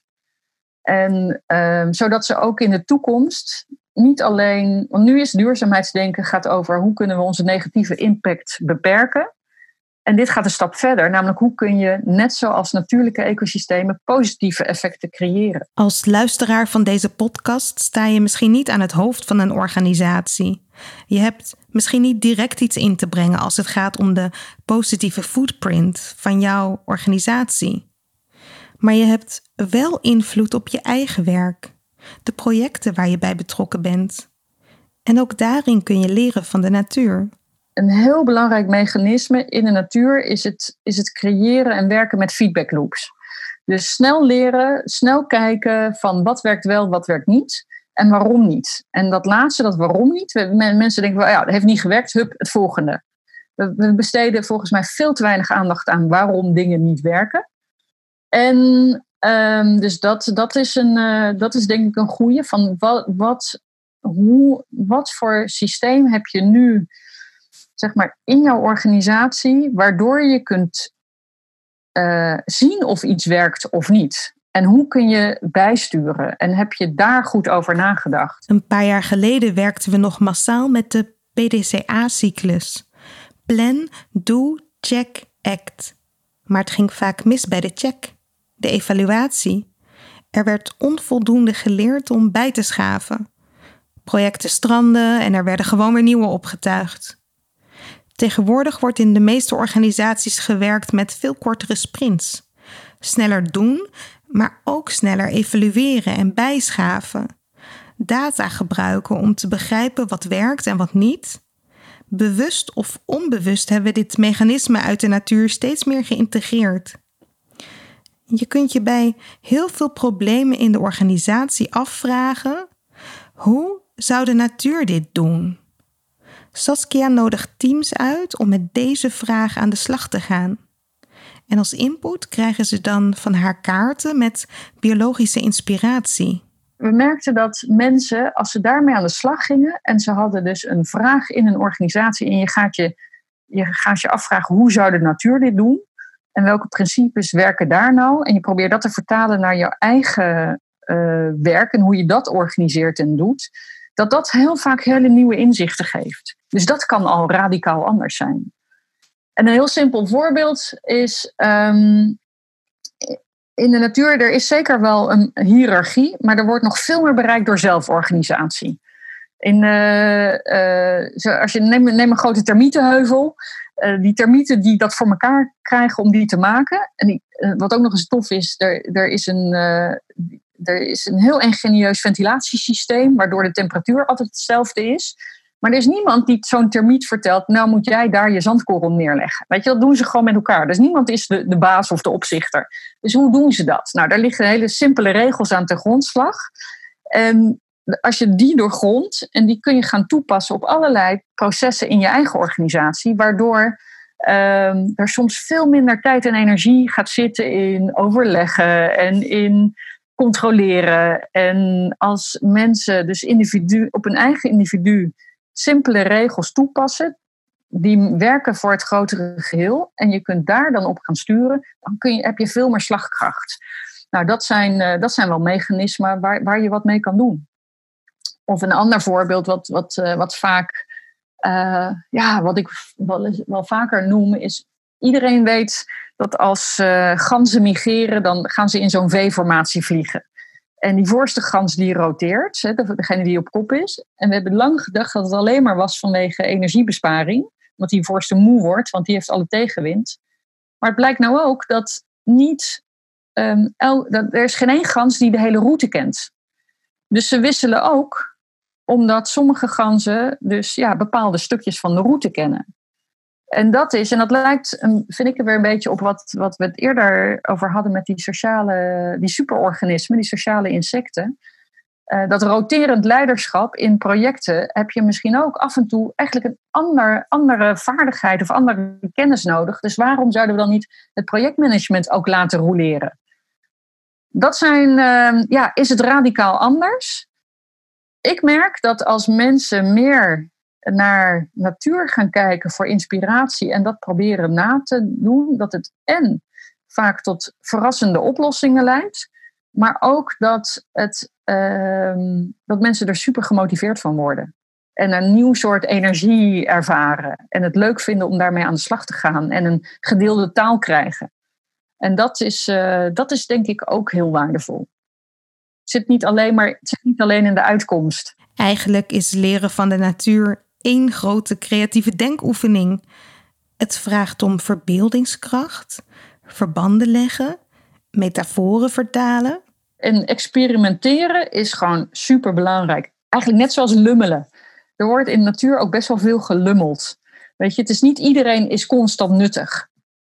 En zodat ze ook in de toekomst niet alleen... Want nu is duurzaamheidsdenken gaat over hoe kunnen we onze negatieve impact beperken. En dit gaat een stap verder, namelijk hoe kun je net zoals natuurlijke ecosystemen positieve effecten creëren. Als luisteraar van deze podcast sta je misschien niet aan het hoofd van een organisatie. Je hebt misschien niet direct iets in te brengen als het gaat om de positieve footprint van jouw organisatie. Maar je hebt wel invloed op je eigen werk, de projecten waar je bij betrokken bent. En ook daarin kun je leren van de natuur. Een heel belangrijk mechanisme in de natuur is het creëren en werken met feedback loops. Dus snel leren, snel kijken van wat werkt wel, wat werkt niet en waarom niet. En dat laatste, dat waarom niet, mensen denken van dat heeft niet gewerkt, hup, het volgende. We besteden volgens mij veel te weinig aandacht aan waarom dingen niet werken. En dus dat is denk ik een goeie van wat voor systeem heb je nu, zeg maar, in jouw organisatie, waardoor je kunt zien of iets werkt of niet. En hoe kun je bijsturen? En heb je daar goed over nagedacht? Een paar jaar geleden werkten we nog massaal met de PDCA-cyclus. Plan, do, check, act. Maar het ging vaak mis bij de check, de evaluatie. Er werd onvoldoende geleerd om bij te schaven. Projecten strandden en er werden gewoon weer nieuwe opgetuigd. Tegenwoordig wordt in de meeste organisaties gewerkt met veel kortere sprints. Sneller doen, maar ook sneller evalueren en bijschaven. Data gebruiken om te begrijpen wat werkt en wat niet. Bewust of onbewust hebben we dit mechanisme uit de natuur steeds meer geïntegreerd. Je kunt je bij heel veel problemen in de organisatie afvragen: hoe zou de natuur dit doen? Saskia nodigt teams uit om met deze vraag aan de slag te gaan. En als input krijgen ze dan van haar kaarten met biologische inspiratie. We merkten dat mensen, als ze daarmee aan de slag gingen en ze hadden dus een vraag in een organisatie en je gaat je je gaat je afvragen, hoe zou de natuur dit doen? En welke principes werken daar nou? En je probeert dat te vertalen naar jouw eigen werk en hoe je dat organiseert en doet. Dat heel vaak hele nieuwe inzichten geeft. Dus dat kan al radicaal anders zijn. En een heel simpel voorbeeld is, in de natuur, er is zeker wel een hiërarchie, maar er wordt nog veel meer bereikt door zelforganisatie. Als je neem een grote termietenheuvel. Die termieten die dat voor elkaar krijgen om die te maken. En wat ook nog eens tof is, er is een heel ingenieus ventilatiesysteem, waardoor de temperatuur altijd hetzelfde is. Maar er is niemand die zo'n termiet vertelt, nou moet jij daar je zandkorrel neerleggen. Weet je, dat doen ze gewoon met elkaar. Dus niemand is de baas of de opzichter. Dus hoe doen ze dat? Nou, daar liggen hele simpele regels aan ten grondslag. En als je die doorgrondt, en die kun je gaan toepassen op allerlei processen in je eigen organisatie, waardoor er soms veel minder tijd en energie gaat zitten in overleggen en in controleren. En als mensen dus op hun eigen individu simpele regels toepassen, die werken voor het grotere geheel, en je kunt daar dan op gaan sturen, dan heb je veel meer slagkracht. Nou, dat zijn wel mechanismen waar je wat mee kan doen. Of een ander voorbeeld wat vaak, wat ik wel vaker noem, is, iedereen weet dat als ganzen migreren, dan gaan ze in zo'n V-formatie vliegen. En die voorste gans die roteert, degene die op kop is. En we hebben lang gedacht dat het alleen maar was vanwege energiebesparing. Omdat die voorste moe wordt, want die heeft alle tegenwind. Maar het blijkt nou ook dat er is geen één gans die de hele route kent. Dus ze wisselen ook, omdat sommige ganzen dus bepaalde stukjes van de route kennen. En dat lijkt, vind ik, er weer een beetje op wat we het eerder over hadden met die superorganismen, die sociale insecten. Dat roterend leiderschap in projecten heb je misschien ook af en toe eigenlijk een andere vaardigheid of andere kennis nodig. Dus waarom zouden we dan niet het projectmanagement ook laten roleren? Dat is het radicaal anders? Ik merk dat als mensen meer naar natuur gaan kijken voor inspiratie en dat proberen na te doen, dat het vaak tot verrassende oplossingen leidt, maar ook dat mensen er super gemotiveerd van worden en een nieuw soort energie ervaren en het leuk vinden om daarmee aan de slag te gaan en een gedeelde taal krijgen. En dat is denk ik ook heel waardevol. Het zit niet alleen in de uitkomst. Eigenlijk is leren van de natuur één grote creatieve denkoefening. Het vraagt om verbeeldingskracht, verbanden leggen, metaforen vertalen. En experimenteren is gewoon superbelangrijk. Eigenlijk net zoals lummelen. Er wordt in de natuur ook best wel veel gelummeld. Weet je, het is niet iedereen is constant nuttig.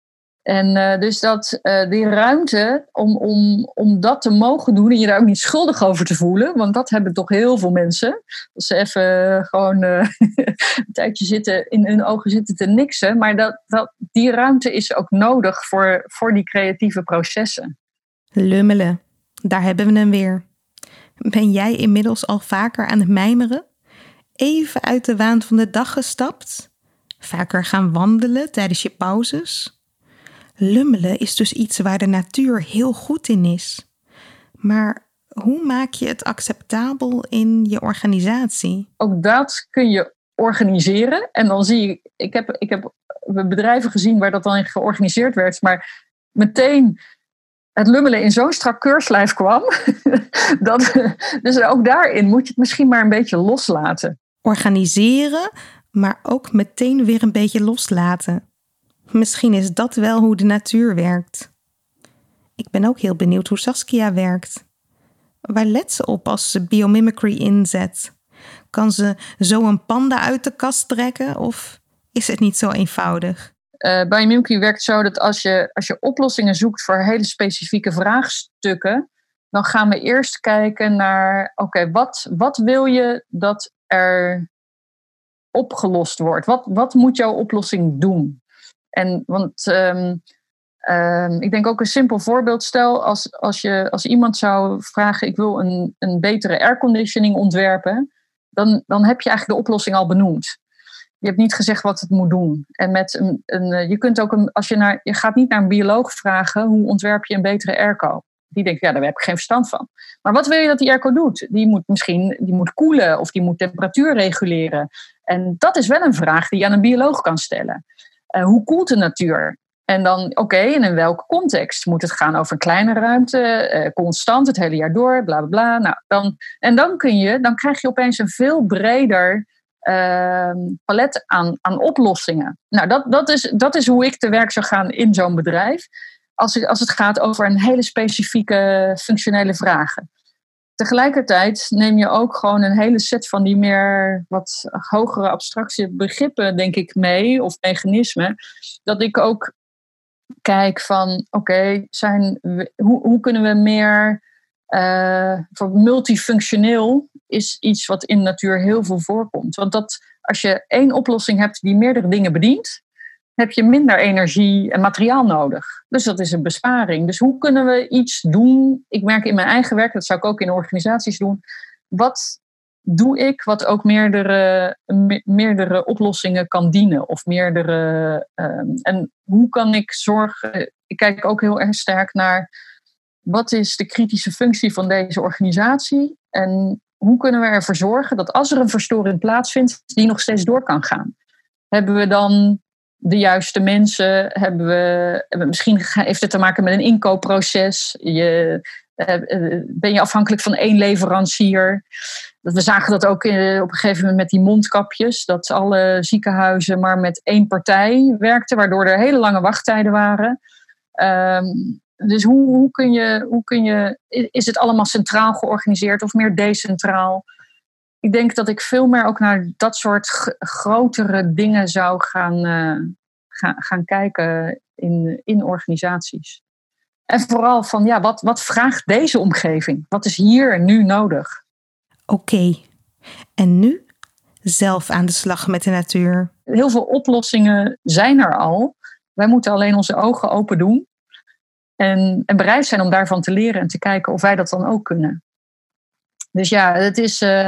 En dus die ruimte om dat te mogen doen en je daar ook niet schuldig over te voelen, want dat hebben toch heel veel mensen. Dat ze even gewoon een tijdje in hun ogen zitten te niksen. Maar die ruimte is ook nodig voor die creatieve processen. Lummelen, daar hebben we hem weer. Ben jij inmiddels al vaker aan het mijmeren? Even uit de waan van de dag gestapt? Vaker gaan wandelen tijdens je pauzes? Lummelen is dus iets waar de natuur heel goed in is. Maar hoe maak je het acceptabel in je organisatie? Ook dat kun je organiseren. En dan zie je, ik heb bedrijven gezien waar dat dan in georganiseerd werd, maar meteen het lummelen in zo'n strak keurslijf kwam. Dus ook daarin moet je het misschien maar een beetje loslaten. Organiseren, maar ook meteen weer een beetje loslaten. Misschien is dat wel hoe de natuur werkt. Ik ben ook heel benieuwd hoe Saskia werkt. Waar let ze op als ze biomimicry inzet? Kan ze zo een panda uit de kast trekken of is het niet zo eenvoudig? Biomimicry werkt zo dat als je oplossingen zoekt voor hele specifieke vraagstukken, dan gaan we eerst kijken naar, wat wil je dat er opgelost wordt? Wat moet jouw oplossing doen? Ik denk ook een simpel voorbeeld. Stel, als iemand zou vragen, ik wil een betere airconditioning ontwerpen, dan heb je eigenlijk de oplossing al benoemd. Je hebt niet gezegd wat het moet doen. En je kunt ook je gaat niet naar een bioloog vragen hoe ontwerp je een betere airco. Die denkt, daar heb ik geen verstand van. Maar wat wil je dat die airco doet? Die moet koelen of die moet temperatuur reguleren. En dat is wel een vraag die je aan een bioloog kan stellen. Hoe koelt de natuur? En dan, en in welke context? Moet het gaan over een kleine ruimte, constant het hele jaar door, bla bla bla. Nou, dan krijg je opeens een veel breder palet aan oplossingen. Nou, dat is hoe ik te werk zou gaan in zo'n bedrijf. Als het gaat over een hele specifieke functionele vragen. Tegelijkertijd neem je ook gewoon een hele set van die meer wat hogere abstractie begrippen, denk ik, mee, of mechanismen. Dat ik ook kijk van, hoe kunnen we meer voor multifunctioneel is iets wat in de natuur heel veel voorkomt. Want als je één oplossing hebt die meerdere dingen bedient, heb je minder energie en materiaal nodig. Dus dat is een besparing. Dus hoe kunnen we iets doen? Ik merk in mijn eigen werk, dat zou ik ook in organisaties doen. Wat doe ik wat ook meerdere oplossingen kan dienen? Of en hoe kan ik zorgen? Ik kijk ook heel erg sterk naar wat is de kritische functie van deze organisatie? En hoe kunnen we ervoor zorgen dat als er een verstoring plaatsvindt, die nog steeds door kan gaan? Hebben we dan de juiste mensen? Misschien heeft het te maken met een inkoopproces. Ben je afhankelijk van één leverancier? We zagen dat ook op een gegeven moment met die mondkapjes. Dat alle ziekenhuizen maar met één partij werkten, waardoor er hele lange wachttijden waren. Dus hoe kun je... Is het allemaal centraal georganiseerd of meer decentraal? Ik denk dat ik veel meer ook naar dat soort grotere dingen zou gaan kijken in organisaties. En vooral van, wat vraagt deze omgeving? Wat is hier en nu nodig? Oké. En nu zelf aan de slag met de natuur. Heel veel oplossingen zijn er al. Wij moeten alleen onze ogen open doen. En bereid zijn om daarvan te leren en te kijken of wij dat dan ook kunnen. Dus ja, het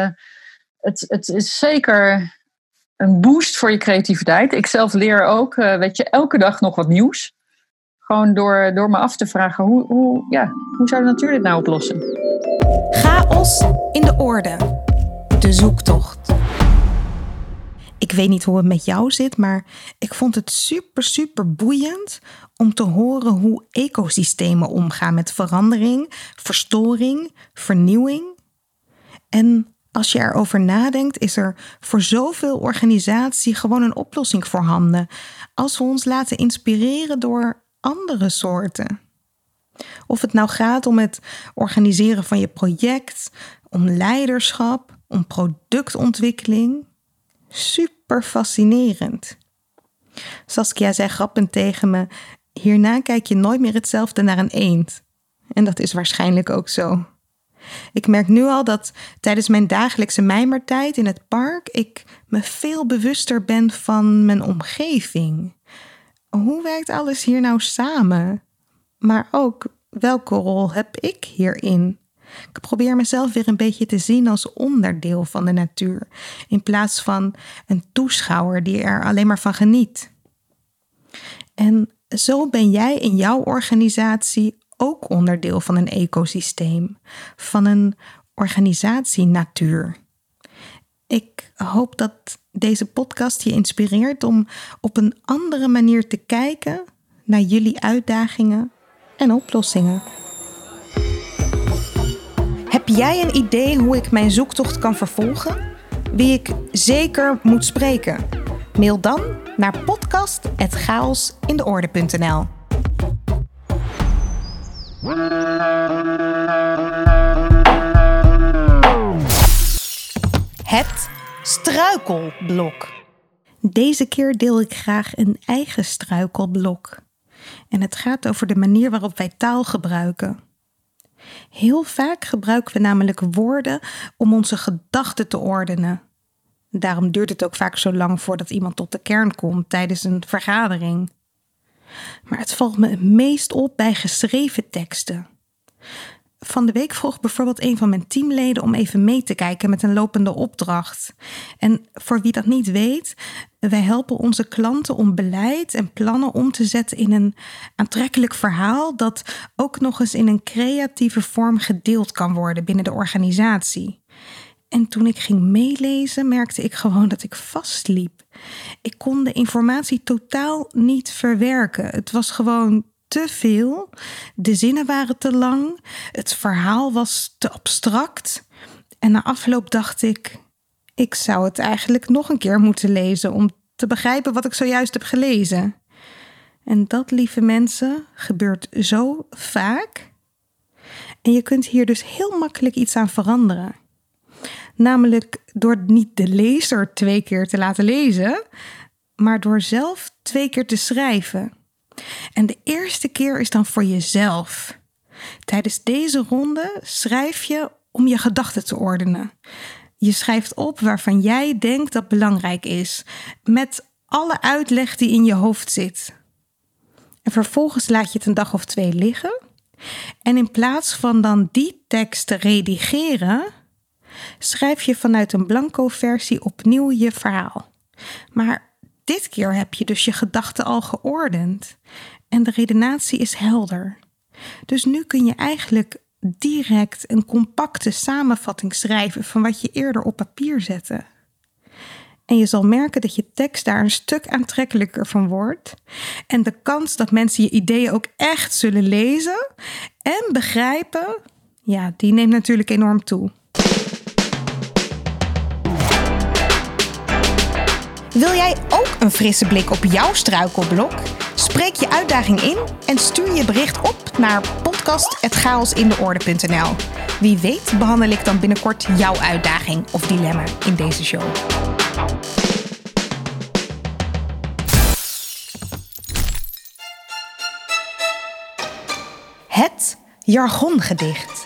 is zeker een boost voor je creativiteit. Ik zelf leer ook, elke dag nog wat nieuws. Gewoon door me af te vragen, hoe zou de natuur dit nou oplossen? Chaos in de orde. De zoektocht. Ik weet niet hoe het met jou zit, maar ik vond het super, super boeiend om te horen hoe ecosystemen omgaan met verandering, verstoring, vernieuwing. En als je erover nadenkt, is er voor zoveel organisatie gewoon een oplossing voorhanden. Als we ons laten inspireren door andere soorten. Of het nou gaat om het organiseren van je project, om leiderschap, om productontwikkeling. Super fascinerend. Saskia zei grappend tegen me, hierna kijk je nooit meer hetzelfde naar een eend. En dat is waarschijnlijk ook zo. Ik merk nu al dat tijdens mijn dagelijkse mijmertijd in het park ik me veel bewuster ben van mijn omgeving. Hoe werkt alles hier nou samen? Maar ook, welke rol heb ik hierin? Ik probeer mezelf weer een beetje te zien als onderdeel van de natuur, in plaats van een toeschouwer die er alleen maar van geniet. En zo ben jij in jouw organisatie ook onderdeel van een ecosysteem, van een organisatie natuur. Ik hoop dat deze podcast je inspireert om op een andere manier te kijken naar jullie uitdagingen en oplossingen. Heb jij een idee hoe ik mijn zoektocht kan vervolgen? Wie ik zeker moet spreken? Mail dan naar podcast@chaosindeorde.nl. Het struikelblok. Deze keer deel ik graag een eigen struikelblok. En het gaat over de manier waarop wij taal gebruiken. Heel vaak gebruiken we namelijk woorden om onze gedachten te ordenen. Daarom duurt het ook vaak zo lang voordat iemand tot de kern komt tijdens een vergadering. Maar het valt me het meest op bij geschreven teksten. van de week vroeg bijvoorbeeld een van mijn teamleden om even mee te kijken met een lopende opdracht. En voor wie dat niet weet, wij helpen onze klanten om beleid en plannen om te zetten in een aantrekkelijk verhaal dat ook nog eens in een creatieve vorm gedeeld kan worden binnen de organisatie. En toen ik ging meelezen, merkte ik gewoon dat ik vastliep. Ik kon de informatie totaal niet verwerken. Het was gewoon te veel. De zinnen waren te lang. Het verhaal was te abstract. En na afloop dacht ik zou het eigenlijk nog een keer moeten lezen om te begrijpen wat ik zojuist heb gelezen. En dat, lieve mensen, gebeurt zo vaak. En je kunt hier dus heel makkelijk iets aan veranderen. Namelijk door niet de lezer 2 keer te laten lezen, maar door zelf 2 keer te schrijven. En de eerste keer is dan voor jezelf. Tijdens deze ronde schrijf je om je gedachten te ordenen. Je schrijft op waarvan jij denkt dat belangrijk is, met alle uitleg die in je hoofd zit. En vervolgens laat je het een dag of 2 liggen. En in plaats van dan die tekst te redigeren, schrijf je vanuit een blanco versie opnieuw je verhaal. Maar dit keer heb je dus je gedachten al geordend. En de redenatie is helder. Dus nu kun je eigenlijk direct een compacte samenvatting schrijven van wat je eerder op papier zette. En je zal merken dat je tekst daar een stuk aantrekkelijker van wordt. En de kans dat mensen je ideeën ook echt zullen lezen en begrijpen, ja, die neemt natuurlijk enorm toe. Wil jij ook een frisse blik op jouw struikelblok? Spreek je uitdaging in en stuur je bericht op naar podcast@chaosindeorde.nl. Wie weet behandel ik dan binnenkort jouw uitdaging of dilemma in deze show. Het jargongedicht.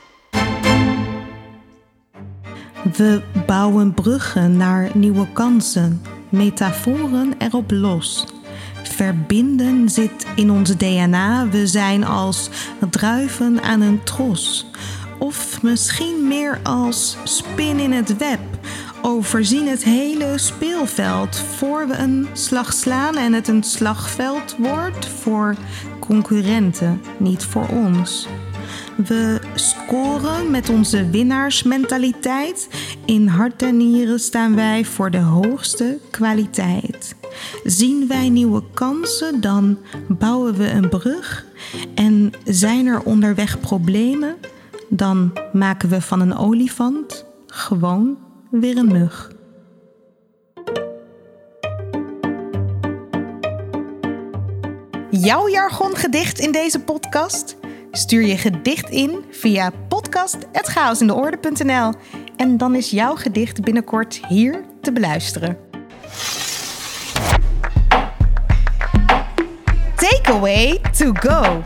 We bouwen bruggen naar nieuwe kansen, metaforen erop los. Verbinden zit in ons DNA, we zijn als druiven aan een tros. Of misschien meer als spin in het web, overzien het hele speelveld voor we een slag slaan en het een slagveld wordt voor concurrenten, niet voor ons. We scoren met onze winnaarsmentaliteit. In hart en nieren staan wij voor de hoogste kwaliteit. Zien wij nieuwe kansen, dan bouwen we een brug. En zijn er onderweg problemen, dan maken we van een olifant gewoon weer een mug. Jouw jargongedicht in deze podcast? Stuur je gedicht in via podcast@chaosindeorde.nl en dan is jouw gedicht binnenkort hier te beluisteren. Takeaway to go.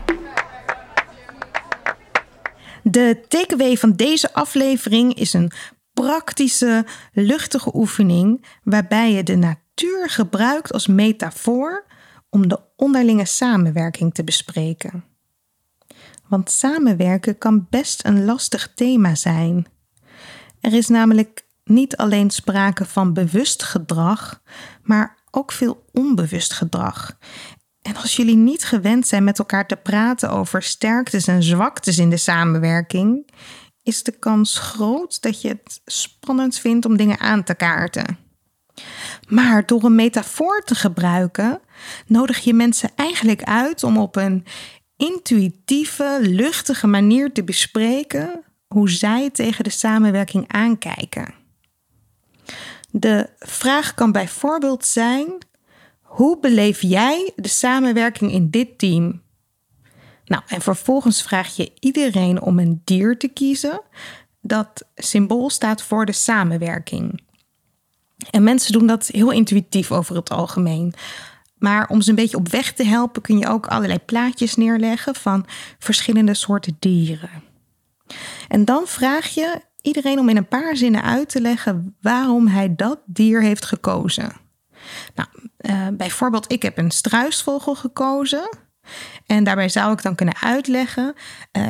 De takeaway van deze aflevering is een praktische, luchtige oefening waarbij je de natuur gebruikt als metafoor om de onderlinge samenwerking te bespreken. Want samenwerken kan best een lastig thema zijn. Er is namelijk niet alleen sprake van bewust gedrag, maar ook veel onbewust gedrag. En als jullie niet gewend zijn met elkaar te praten over sterktes en zwaktes in de samenwerking, is de kans groot dat je het spannend vindt om dingen aan te kaarten. Maar door een metafoor te gebruiken, nodig je mensen eigenlijk uit om op een intuïtieve, luchtige manier te bespreken hoe zij tegen de samenwerking aankijken. De vraag kan bijvoorbeeld zijn: hoe beleef jij de samenwerking in dit team? Nou, en vervolgens vraag je iedereen om een dier te kiezen. Dat symbool staat voor de samenwerking. En mensen doen dat heel intuïtief over het algemeen. Maar om ze een beetje op weg te helpen kun je ook allerlei plaatjes neerleggen van verschillende soorten dieren. En dan vraag je iedereen om in een paar zinnen uit te leggen waarom hij dat dier heeft gekozen. Nou, bijvoorbeeld, ik heb een struisvogel gekozen. En daarbij zou ik dan kunnen uitleggen, ik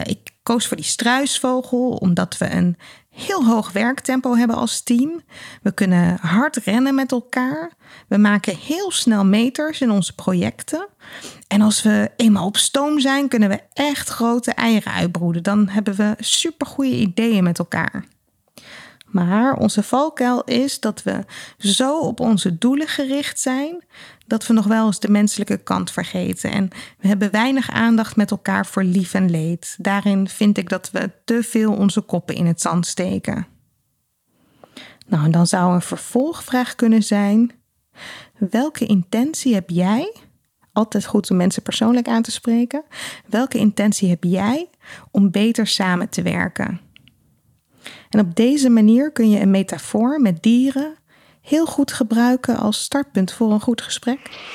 koos voor die struisvogel omdat we een heel hoog werktempo hebben als team. We kunnen hard rennen met elkaar. We maken heel snel meters in onze projecten. En als we eenmaal op stoom zijn, kunnen we echt grote eieren uitbroeden. Dan hebben we supergoeie ideeën met elkaar. Maar onze valkuil is dat we zo op onze doelen gericht zijn dat we nog wel eens de menselijke kant vergeten. En we hebben weinig aandacht met elkaar voor lief en leed. Daarin vind ik dat we te veel onze koppen in het zand steken. Nou, en dan zou een vervolgvraag kunnen zijn: welke intentie heb jij? Altijd goed om mensen persoonlijk aan te spreken. Welke intentie heb jij om beter samen te werken? En op deze manier kun je een metafoor met dieren heel goed gebruiken als startpunt voor een goed gesprek.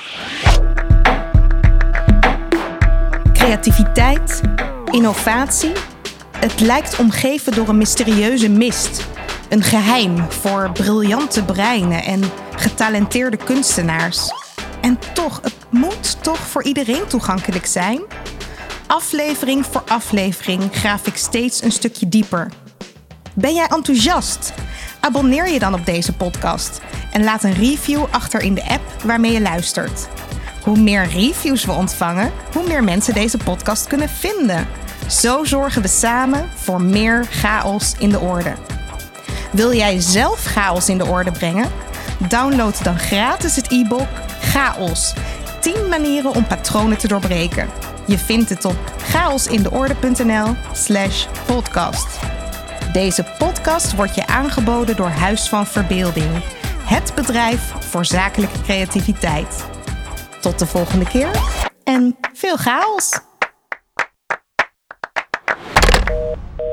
Creativiteit, innovatie. Het lijkt omgeven door een mysterieuze mist. Een geheim voor briljante breinen en getalenteerde kunstenaars. En toch, het moet toch voor iedereen toegankelijk zijn? Aflevering voor aflevering graaf ik steeds een stukje dieper. Ben jij enthousiast? Abonneer je dan op deze podcast en laat een review achter in de app waarmee je luistert. Hoe meer reviews we ontvangen, hoe meer mensen deze podcast kunnen vinden. Zo zorgen we samen voor meer chaos in de orde. Wil jij zelf chaos in de orde brengen? Download dan gratis het e-book Chaos. 10 manieren om patronen te doorbreken. Je vindt het op chaosindeorde.nl/podcast. Deze podcast wordt je aangeboden door Huis van Verbeelding. Het bedrijf voor zakelijke creativiteit. Tot de volgende keer en veel chaos!